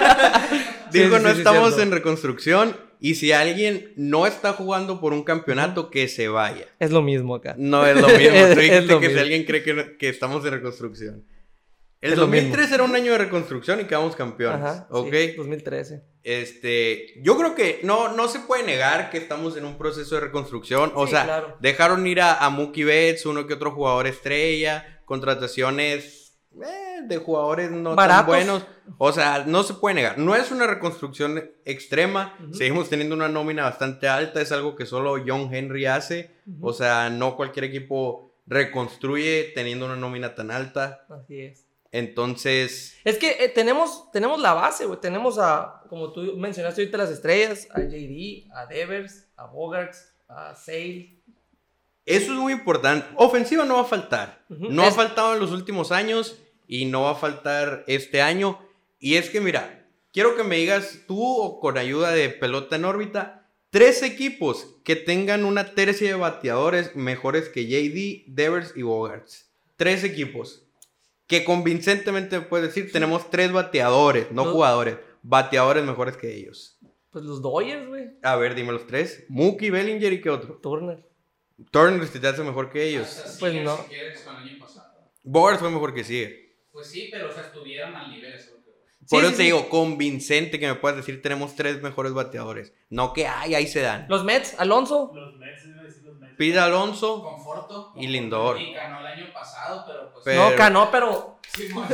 Dijo, sí, no sí, estamos cierto. en reconstrucción. Y si alguien no está jugando por un campeonato, que se vaya. Es lo mismo acá. No es lo mismo. Es- Tú es dijiste lo que si mismo. alguien cree que, no- que estamos en reconstrucción. El Es lo dos mil tres era un año de reconstrucción y quedamos campeones. Ajá, ¿Ok? sí, dos mil trece. Este, yo creo que no, no se puede negar que estamos en un proceso de reconstrucción. O Sí, sea, claro. dejaron ir a, a Mookie Betts, uno que otro jugador estrella, contrataciones eh, de jugadores no Baratos. tan buenos. O sea, no se puede negar. No es una reconstrucción extrema. Ujú. Seguimos teniendo una nómina bastante alta. Es algo que solo John Henry hace. Ujú. O sea, no cualquier equipo reconstruye teniendo una nómina tan alta. Así es. Entonces, Es que eh, tenemos, tenemos la base, güey. Tenemos a, como tú mencionaste ahorita, las estrellas, a J D, a Devers, a Bogarts, a Sale. eso es muy importante. Ofensiva no va a faltar. Ujú. No Es- ha faltado en los últimos años y no va a faltar este año. Y es que, mira, quiero que me digas tú o con ayuda de Pelota en órbita, tres equipos que tengan una tercia de bateadores mejores que J D, Devers y Bogarts. Tres equipos. Que convincentemente me puedes decir, tenemos tres bateadores, no Los- jugadores, bateadores mejores que ellos. Pues los Dodgers, güey. A ver, dime los tres. Mookie, Bellinger y qué otro. Turner. Turner si te hace mejor que ellos. Hasta Pues Seager, no. Si quieres, con el año pasado. Bogarts fue mejor que Seager. Pues sí, pero o sea, estuvieron al nivel. Eso, que- Por Sí, eso sí, te sí. digo, convincente que me puedas decir, tenemos tres mejores bateadores. No que ay, ahí se dan. Los Mets, Alonso. Los Mets, iba a decir los Mets. Pide Alonso. Conforto. Y Lindor. Y ganó el año pasado, pero pues. Pero- No, ganó, pero. Sí, mo-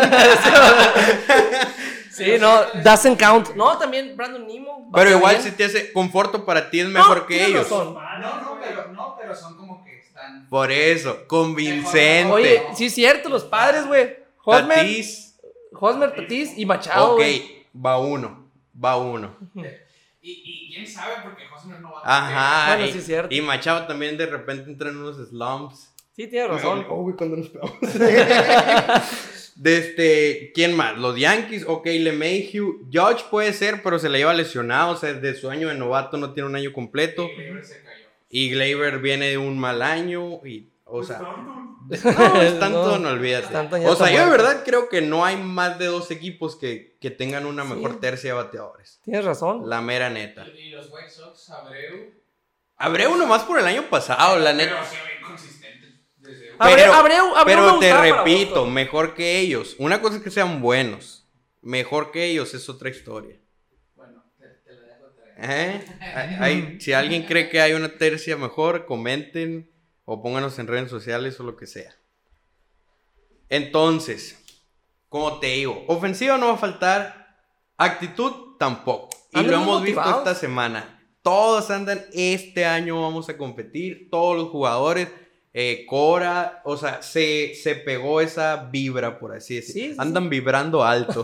Sí, no, doesn't count. No, también Brandon Nimo. Pero batea igual bien. si te hace conforto para ti es mejor que tienes ellos. razón. No, no, pero, no, pero son como que están. Por eso, convincente. Oye, sí es cierto, los padres, güey. Hosmer, Tatis. Hosmer, Tatis y Machado, Ok, güey. va uno. Va uno. Y, y quién sabe, porque Hosmer no va a. Ajá. Bueno, y, sí es cierto. y Machado también de repente entra en unos slumps. Sí, tienes razón. Oh, güey, cuando nos pegamos. De este, ¿quién más? Los Yankees, ok, LeMahieu. Judge puede ser, pero se le lleva lesionado. O sea, de su año de novato no tiene un año completo. Y Gleyber se cayó. Y Gleyber viene de un mal año. Y, o sea, Stanton. no, Stanton, no, olvídate. Stanton ya O sea, está yo de muerto. verdad creo que no hay más de dos equipos que, que tengan una Sí. mejor tercia de bateadores. Tienes razón. La mera neta. Y, y los White Sox, Abreu. Abreu nomás por el año pasado, la neta. Pero se ve inconsistente. Desde Abreu, Pero- Abreu, Abreu Pero me te gustaba para repito, gusto. mejor que ellos. Una cosa es que sean buenos. Mejor que ellos es otra historia. Bueno, te, te la dejo traer. ¿Eh? Hay- hay- si alguien cree que hay una tercia mejor, comenten o pónganos en redes sociales o lo que sea. Entonces, como te digo, ofensiva no va a faltar, actitud tampoco. Y Andan lo muy hemos visto motivados. esta semana. Todos andan, este año vamos a competir, todos los jugadores, eh, Cora, o sea, se, se pegó esa vibra, por así decirlo. Sí, sí, andan vibrando alto.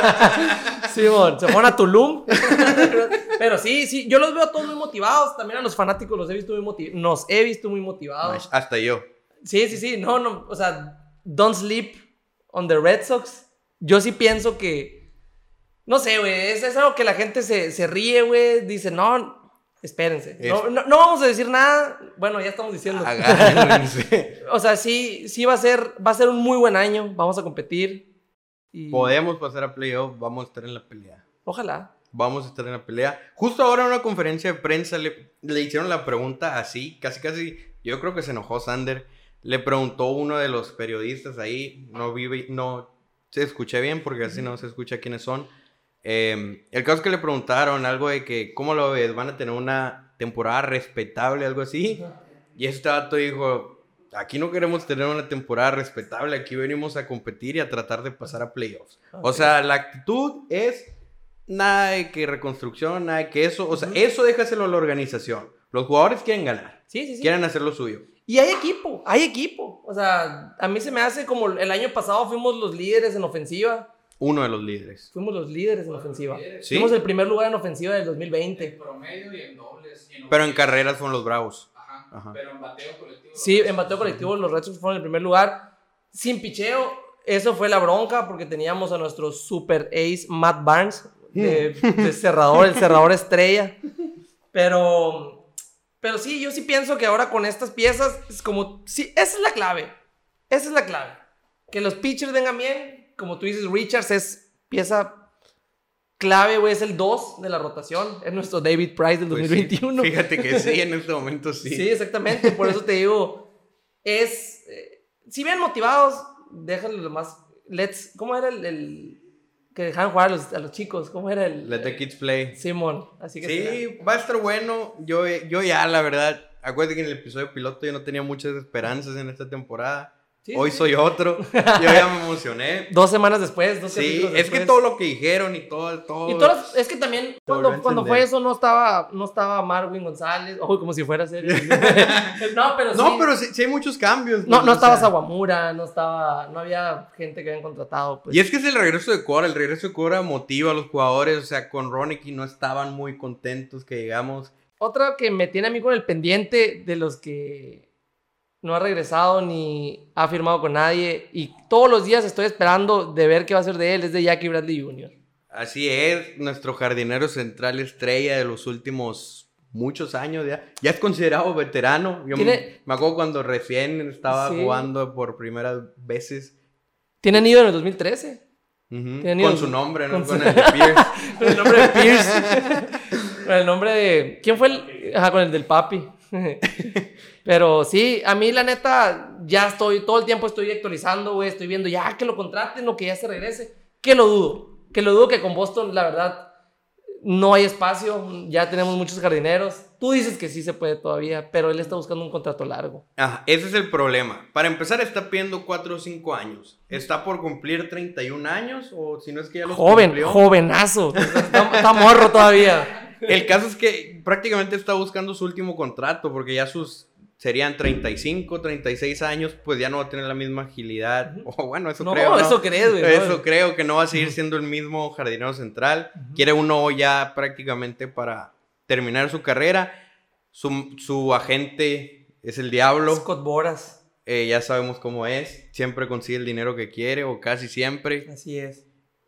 Simón, se fueron a Tulum. Pero sí, sí, yo los veo a todos muy motivados. También a los fanáticos los he visto muy motivados. Nos he visto muy motivados. Hasta yo. Sí, sí, sí. No, no. O sea, don't sleep on the Red Sox. Yo sí pienso que. No sé, güey. Es, es algo que la gente se, se ríe, güey. Dice, no, espérense. No, Es- no, no vamos a decir nada. Bueno, ya estamos diciendo. Agárrense. O sea, sí, sí va a ser, va a ser un muy buen año. Vamos a competir. Y Podemos pasar a playoff, vamos a estar en la pelea. ojalá. Vamos a estar en la pelea. Justo ahora en una conferencia de prensa le, le hicieron la pregunta así, casi casi, yo creo que se enojó Sander. Le preguntó uno de los periodistas ahí, no vi, no se escuché bien porque así no se escucha quiénes son. Eh, el caso es que le preguntaron algo de que, ¿cómo lo ves? ¿Van a tener una temporada respetable, algo así? Y este vato dijo, aquí no queremos tener una temporada respetable, aquí venimos a competir y a tratar de pasar a playoffs. O Ok. sea, la actitud es nada de que reconstrucción, nada de que eso, o sea, Ujú. eso déjaselo a la organización. Los jugadores quieren ganar, Sí, sí, sí. quieren hacer lo suyo. Y hay equipo, hay equipo. O sea, a mí se me hace como el año pasado fuimos los líderes en ofensiva. Uno de los líderes. Fuimos los líderes en ofensiva. Sí. Fuimos el primer lugar en ofensiva del dos mil En veinte. promedio y en dobles. y en Pero en oficios. carreras fueron los Bravos. Ajá. Ajá. Pero en bateo colectivo. Sí, en bateo colectivo los Red Sox fueron el primer lugar. Sin picheo, eso fue la bronca porque teníamos a nuestro super ace Matt Barnes de, de cerrador, el cerrador estrella. Pero, pero sí, yo sí pienso que ahora con estas piezas es como, sí, esa es la clave. Esa es la clave. Que los pitchers vengan bien, como tú dices, Richards es pieza clave, güey, es el dos de la rotación, es nuestro David Price del Pues sí, dos mil veintiuno. Fíjate que sí, en este momento sí. Sí, exactamente. Por eso te digo, es... eh, si bien motivados, déjalo lo más... Let's... ¿Cómo era el, el que dejaban jugar a los, a los chicos. ¿Cómo era el...? Let the kids play. Simón, así que... Sí, será. va a estar bueno. Yo, yo ya, la verdad, acuérdate que en el episodio piloto yo no tenía muchas esperanzas en esta temporada. Sí, Hoy sí. soy otro. Yo ya me emocioné. Dos semanas después, dos Sí, capítulos es después. que todo lo que dijeron y todo... todo Y todas, es que también cuando, volvió a cuando fue encender. eso no estaba, no estaba Marvin González, ojo, como si fuera serio. no, pero sí. No, pero sí, sí hay muchos cambios. No, pues, no o estaba sea. Sawamura, no estaba, no había gente que habían contratado. Pues. Y es que es el regreso de Cora. El regreso de Cora motiva a los jugadores. O sea, con Ronicky no estaban muy contentos que llegamos. Otra que me tiene a mí con el pendiente de los que no ha regresado ni ha firmado con nadie y todos los días estoy esperando de ver qué va a ser de él, es de Jackie Bradley junior Así es, nuestro jardinero central estrella de los últimos muchos años ya. Ya es considerado veterano. Yo Tiene- me, me acuerdo cuando recién estaba Sí. jugando por primeras veces. Tienen ido en el dos mil trece. Ujú, Tiene con ido- su nombre, ¿no? con Con, su- el de Pierce. Con el nombre de Pierce. Con el nombre de... ¿Quién fue el...? Ajá, con el del papi. Pero sí, a mí la neta, ya estoy, todo el tiempo estoy actualizando, güey, estoy viendo ya que lo contraten o que ya se regrese. Que lo dudo, que lo dudo que con Boston, la verdad, no hay espacio, ya tenemos muchos jardineros. Tú dices que sí se puede todavía, pero él está buscando un contrato largo. Ah, ese es el problema. Para empezar, está pidiendo cuatro o cinco años. Está por cumplir treinta y un años, o si no es que ya los Joven, cumplió. jovenazo, está, está morro todavía. El caso es que prácticamente está buscando su último contrato, porque ya sus serían treinta y cinco, treinta y seis años, pues ya no va a tener la misma agilidad. O bueno, eso No, creo, ¿no? eso crees, güey. Eso ¿no? creo, que no va a seguir siendo el mismo jardinero central. Ujú. Quiere uno ya prácticamente para terminar su carrera. Su, su agente es el diablo. Scott Boras, Eh, ya sabemos cómo es. Siempre consigue el dinero que quiere, o casi siempre. así es.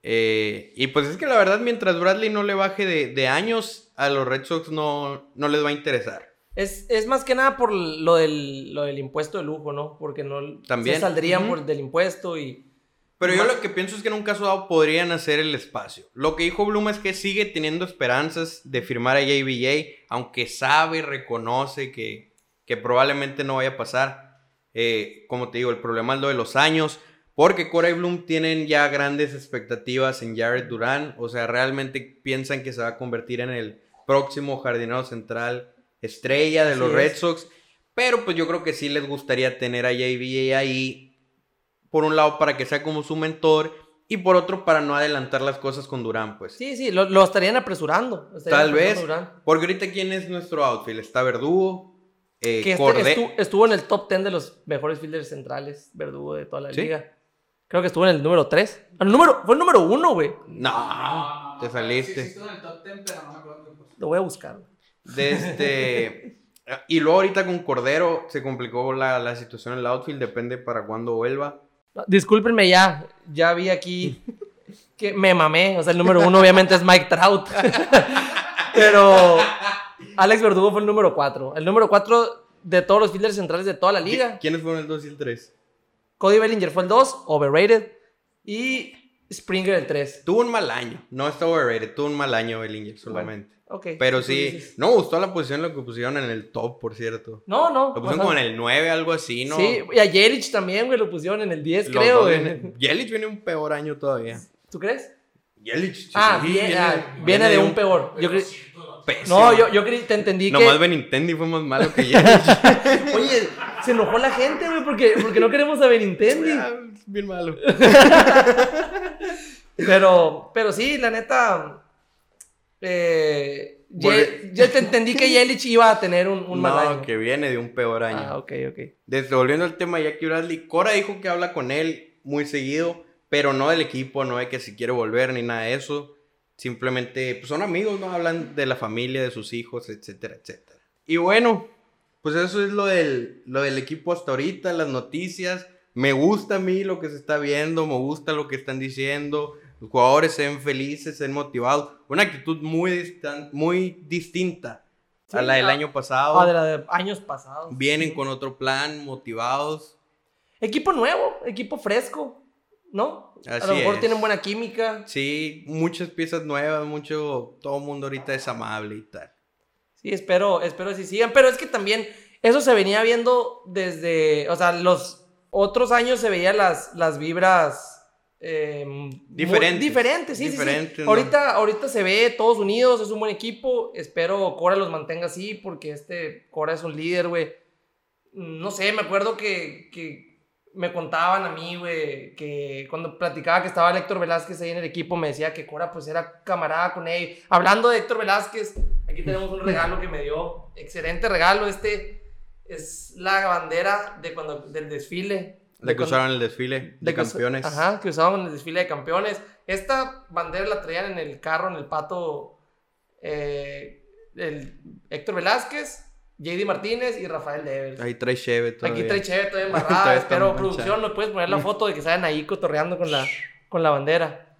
Eh, y pues es que la verdad, mientras Bradley no le baje de, de años, a los Red Sox no, no les va a interesar. Es, es más que nada por lo del, lo del impuesto de lujo, ¿no? Porque no También. se saldrían Ujú. por del impuesto y... Pero yo Ma- lo que pienso es que en un caso dado podrían hacer el espacio. Lo que dijo Bloom es que sigue teniendo esperanzas de firmar a J B J, aunque sabe y reconoce que, que probablemente no vaya a pasar. Eh, como te digo, el problema es lo de los años, porque Cora y Bloom tienen ya grandes expectativas en Jared Duran. O sea, realmente piensan que se va a convertir en el próximo jardinero central estrella de Así los es. Red Sox. Pero pues yo creo que sí les gustaría tener a J B J ahí. Por un lado, para que sea como su mentor. Y por otro, para no adelantar las cosas con Durán, pues. Sí, sí, lo, lo estarían apresurando. lo estarían Tal vez. apresurando a Durán. Porque ahorita, ¿quién es nuestro outfield? Está Verdugo. Eh, Que este- Corde- estu- estuvo en el top diez de los mejores fielders centrales, Verdugo, de toda la ¿Sí? liga. Creo que estuvo en el número tres. El número, fue el número uno, güey. No, te saliste. Sí, sí estuvo en el top diez, pero no me acuerdo qué puesto. Lo voy a buscar. güey. De este... Y luego ahorita con Cordero se complicó la, la situación en el outfield. Depende para cuándo vuelva. No, discúlpenme ya, ya vi aquí que me mamé. O sea, el número uno obviamente es Mike Trout. Pero Alex Verdugo fue el número cuatro. El número cuatro de todos los fielders centrales de toda la liga. ¿Quiénes fueron el dos y el tres? Cody Bellinger fue el dos, overrated. Y Springer el tres. Tuvo un mal año. No está overrated. Tuvo un mal año Bellinger solamente. Ok. Pero tú sí, dices. no me gustó la posición, lo que pusieron en el top, por cierto. No, no. Lo pusieron ajá. como en el nueve, algo así, ¿no? Sí, y a Yelich también, güey, lo pusieron en el diez, Los creo, dos güey. vienen- Yelich viene un peor año todavía. ¿Tú crees? Yelich, sí, Ah, sí, viene, ah, viene de un peor. Yo Pero cre- siento los- pésimo. No, yo, yo creí, te entendí Nomás que... Benintendi fue más malo que Yelich. Oye, se enojó la gente, güey, porque, porque no queremos a Benintendi. Ah, bien malo. Pero, pero sí, la neta... Eh, Ye- Volve- yo te entendí que Yelich iba a tener un, un mal No, año. que viene de un peor año. Ah, ok, ok. Desde volviendo al tema de Jackie Bradley, Cora dijo que habla con él muy seguido, pero no del equipo, no de que si quiere volver ni nada de eso. Simplemente pues, son amigos, ¿no? Hablan de la familia, de sus hijos, etcétera, etcétera. Y bueno, pues eso es lo del, lo del equipo hasta ahorita, las noticias. Me gusta a mí lo que se está viendo, me gusta lo que están diciendo. Los jugadores se ven felices, se ven motivados. Una actitud muy, distan- muy distinta Sí, a la del ah, año pasado. Ah, de la de años pasados. Vienen con otro plan, motivados. Equipo nuevo, equipo fresco, ¿no? a Así lo mejor es. tienen buena química. Sí, muchas piezas nuevas, mucho, todo el mundo ahorita es amable y tal. Sí, espero, espero si sigan. Pero es que también eso se venía viendo desde, o sea, los otros años se veían las, las vibras Eh, diferentes. Muy, diferentes, sí, diferentes, sí, sí. ¿no? Ahorita, ahorita se ve todos unidos, es un buen equipo. Espero Cora los mantenga así, porque este Cora es un líder, güey. No sé, me acuerdo que, que me contaban a mí, güey, que cuando platicaba que estaba Héctor Velázquez ahí en el equipo, me decía que Cora pues era camarada con él. Hablando de Héctor Velázquez, aquí tenemos un regalo que me dio. Excelente regalo, este es la bandera de cuando, del desfile. La que cuando, usaron en el desfile de, de campeones. Us, ajá, que usaban en el desfile de campeones. Esta bandera la traían en el carro, en el pato, eh, el Héctor Velázquez, J D Martínez y Rafael Devers. Ahí trae cheve todavía. Aquí trae cheve todavía embarrada. Espero, producción, ¿nos puedes poner la foto de que salen ahí cotorreando con la, con la bandera?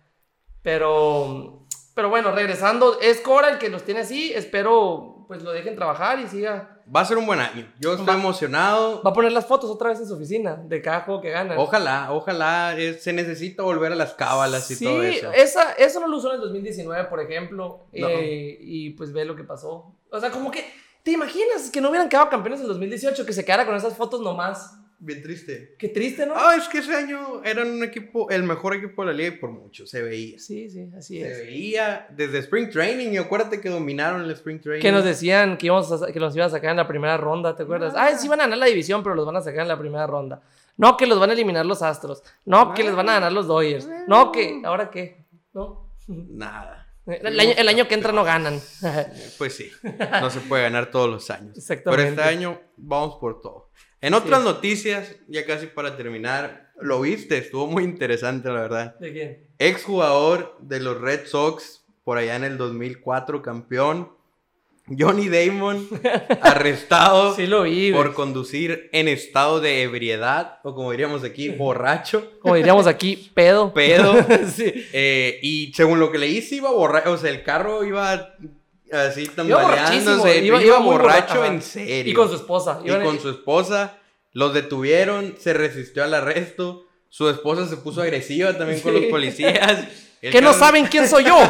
Pero, pero bueno, regresando, es Cora el que los tiene así. Espero pues lo dejen trabajar y siga. Va a ser un buen año. Yo estoy va, emocionado. Va a poner las fotos otra vez en su oficina de cada juego que gana. Ojalá, ojalá. Es, se necesita volver a las cábalas y sí, todo eso. Esa, eso no lo usó en el dos mil diecinueve, por ejemplo. No. Eh, y pues ve lo que pasó. O sea, como que, ¿te imaginas que no hubieran quedado campeones en el dos mil dieciocho? Que se quedara con esas fotos nomás. Bien triste. Qué triste, ¿no? Ah, es que ese año eran un equipo, el mejor equipo de la liga y por mucho, se veía. Sí, sí, así se es. Se veía desde Spring Training y acuérdate que dominaron el Spring Training. Que nos decían que, íbamos a, que los iban a sacar en la primera ronda, ¿te acuerdas? Ah, sí van a ganar la división, pero los van a sacar en la primera ronda. No, que los van a eliminar los Astros. No, que les van a ganar los Dodgers. No, que, ¿ahora qué? ¿No? Nada. El año, el año que entra no ganan. Pues sí, no se puede ganar todos los años. Exactamente. Pero este año vamos por todo. En otras sí. noticias, ya casi para terminar, lo viste, estuvo muy interesante la verdad. ¿De quién? Ex jugador de los Red Sox, por allá en el dos mil cuatro, campeón, Johnny Damon, arrestado sí lo vi, por conducir en estado de ebriedad, o como diríamos aquí, borracho. Como diríamos aquí, pedo. Pedo. Sí. Eh, y según lo que leí, sí iba borracho, o sea, el carro iba... Así tambaleándose, iba, iba, iba borracho borra... en serio. Y con su esposa. Y con en... su esposa, los detuvieron, se resistió al arresto, su esposa se puso agresiva también sí. con los policías. ¿Que carro... no saben quién soy yo?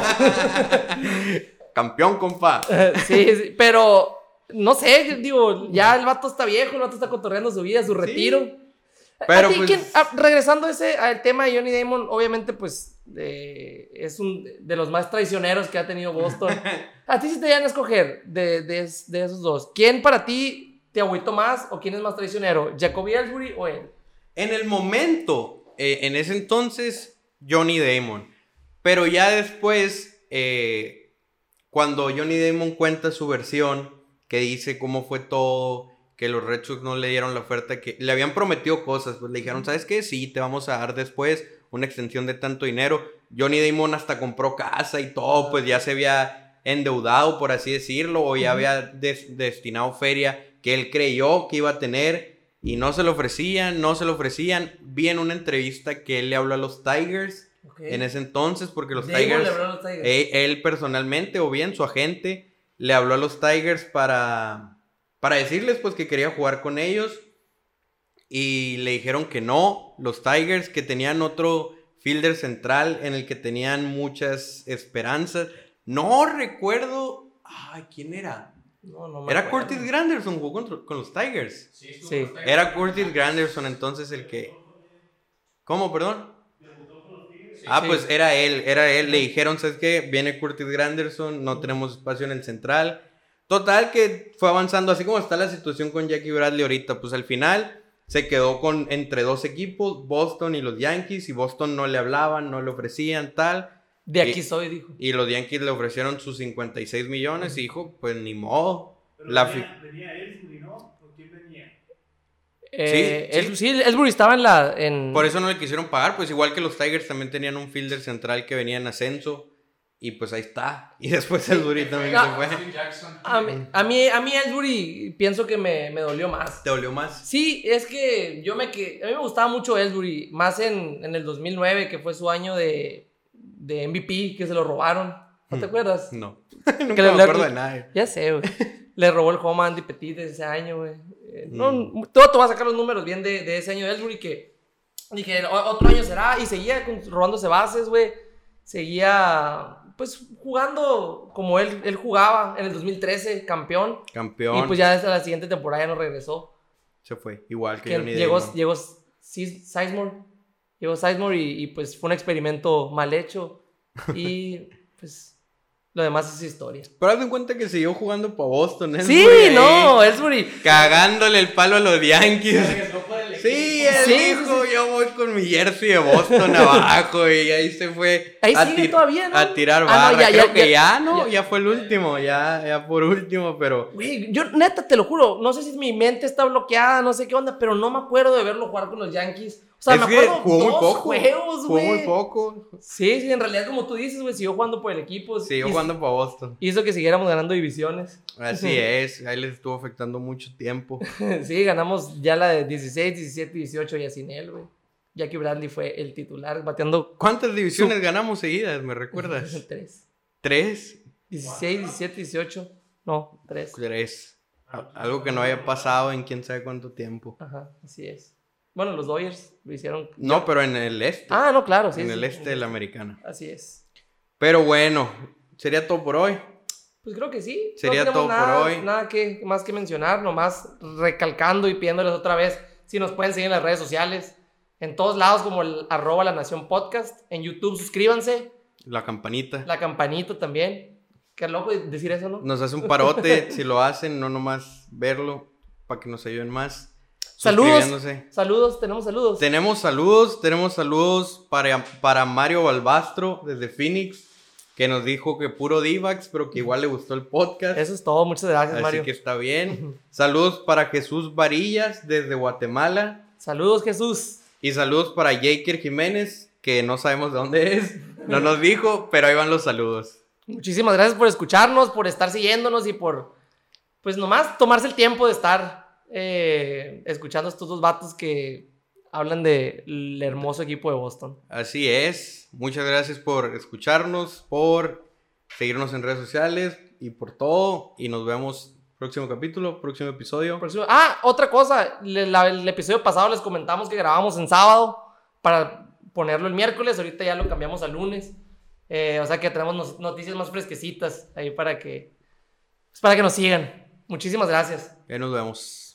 Campeón, compa. Uh, sí, sí, pero no sé, digo, ya el vato está viejo, el vato está cotorreando su vida, su retiro. Sí. Pero ti, pues... ¿quién, a, regresando a ese, al tema de Johnny Damon, obviamente pues eh, es un de los más traicioneros que ha tenido Boston. A ti sí te iban a escoger de, de, de esos dos. ¿Quién para ti te agüitó más o quién es más traicionero? ¿Jacoby Ellsbury o él? En el momento, eh, en ese entonces, Johnny Damon. Pero ya después, eh, cuando Johnny Damon cuenta su versión, que dice cómo fue todo... que los Red Sox no le dieron la oferta, que le habían prometido cosas, pues le dijeron, ¿sabes qué? Sí, te vamos a dar después una extensión de tanto dinero. Johnny Damon hasta compró casa y todo, pues ya se había endeudado, por así decirlo, o ya había des- destinado feria que él creyó que iba a tener y no se lo ofrecían, no se lo ofrecían. Vi en una entrevista que él le habló a los Tigers okay. en ese entonces, porque los Damon Tigers, le habló a los Tigers. Él, él personalmente o bien su agente le habló a los Tigers para... Para decirles pues que quería jugar con ellos. Y le dijeron que no. Los Tigers, que tenían otro fielder central en el que tenían muchas esperanzas. No recuerdo. Ay, ¿quién era? No, no me era acuerdo. Curtis Granderson, jugó con, con los Tigers. Sí, sí. Los Tigers. Era Curtis Granderson entonces el que... ¿Cómo, perdón? Sí, ah, sí. Pues era él, era él. Le dijeron, ¿sabes qué? Viene Curtis Granderson, no tenemos espacio en el central. Total que fue avanzando, así como está la situación con Jackie Bradley ahorita, pues al final se quedó con entre dos equipos, Boston y los Yankees, y Boston no le hablaban, no le ofrecían tal. De aquí y, soy, dijo. Y los Yankees le ofrecieron sus cincuenta y seis millones, y dijo, pues ni modo. Pero la venía, fi- venía Ellsbury, ¿no? ¿O quién venía? Eh, sí, el, sí, Ellsbury estaba en la... En... Por eso no le quisieron pagar, pues igual que los Tigers también tenían un fielder central que venía en ascenso. Y pues ahí está. Y después Ellsbury también no, se fue. A mí, a mí, a mí Ellsbury pienso que me, me dolió más. ¿Te dolió más? Sí, es que yo me que a mí me gustaba mucho Ellsbury, más en, en el dos mil nueve, que fue su año de, de M V P, que se lo robaron. ¿No te acuerdas? No. Nunca que me le, acuerdo de nada. Ya sé, güey. Le robó el home a Andy Petit ese año, güey. Eh, no, mm. Todo te va a sacar los números bien de, de ese año de Ellsbury, que dije, otro año será. Y seguía con, robándose bases, güey. Seguía... pues jugando como él, él jugaba en el dos mil trece, campeón. Campeón. Y pues ya desde la siguiente temporada ya no regresó. Se fue, igual que que Johnny llegó, Damon. llegó Sizemore. Llegó Sizemore y, y pues fue un experimento mal hecho. Y pues lo demás es historia. Pero haz en cuenta que siguió jugando para Boston. Sí, Ellsbury no, ahí, Ellsbury. cagándole el palo a los Yankees. Arriesgó por el Sí, equipo. él Sí, dijo, yo voy con mi jersey de Boston abajo y ahí se fue Ahí a, sigue tir- todavía, ¿no? a tirar Ah, no, barra. ya, Creo ya, que ya, ya, ¿no? ya. Ya fue el último, ya, ya por último, pero... Güey, yo neta te lo juro, no sé si mi mente está bloqueada, no sé qué onda, pero no me acuerdo de verlo jugar con los Yankees. O sea, es me que acuerdo jugó muy dos poco. juegos, Jugó güey. muy poco. Sí, sí, en realidad como tú dices, güey, siguió jugando por el equipo. Siguió Hizo- jugando para Boston. Hizo que siguiéramos ganando divisiones. Así es, ahí les estuvo afectando mucho tiempo. Sí, ganamos ya la de dieciséis, diecisiete, dieciocho ya sin él, güey. Jackie Bradley fue el titular, bateando ¿Cuántas divisiones ganamos seguidas? ¿Me recuerdas? tres. ¿Tres? dieciséis, diecisiete, dieciocho. No, tres. Tres. A- Algo que no haya pasado en quién sabe cuánto tiempo. Ajá, así es. Bueno, los Dodgers lo hicieron. No, pero en el este. Ah, no, claro, sí. en sí. el este de la americana. Así es. Pero bueno, sería todo por hoy. Pues creo que sí. Sería no tenemos todo por nada, hoy. Nada que, más que mencionar, nomás recalcando y pidiéndoles otra vez si nos pueden seguir en las redes sociales. En todos lados como el arroba la nación podcast. En YouTube suscríbanse. La campanita. La campanita también. Qué loco decir eso, ¿no? Nos hace un parote si lo hacen, no nomás verlo, para que nos ayuden más. Saludos. Suscribiéndose. Saludos, tenemos saludos. Tenemos saludos, tenemos saludos para, para Mario Balbastro desde Phoenix, que nos dijo que puro D-backs, pero que igual le gustó el podcast. Eso es todo, muchas gracias, Así Mario. que está bien. Saludos para Jesús Varillas desde Guatemala. Saludos, Jesús. Y saludos para Jaker Jiménez, que no sabemos de dónde es. No nos dijo, pero ahí van los saludos. Muchísimas gracias por escucharnos, por estar siguiéndonos y por, pues nomás tomarse el tiempo de estar eh, escuchando a estos dos vatos que hablan del hermoso equipo de Boston. Así es. Muchas gracias por escucharnos, por seguirnos en redes sociales y por todo. Y nos vemos próximo capítulo, próximo episodio. Próximo- Ah, otra cosa, le- la- el episodio pasado les comentamos que grabamos en sábado para ponerlo el miércoles, ahorita ya lo cambiamos al lunes. Eh, o sea que tenemos nos- noticias más fresquecitas ahí para que, pues, para que nos sigan. Muchísimas gracias. Ya nos vemos.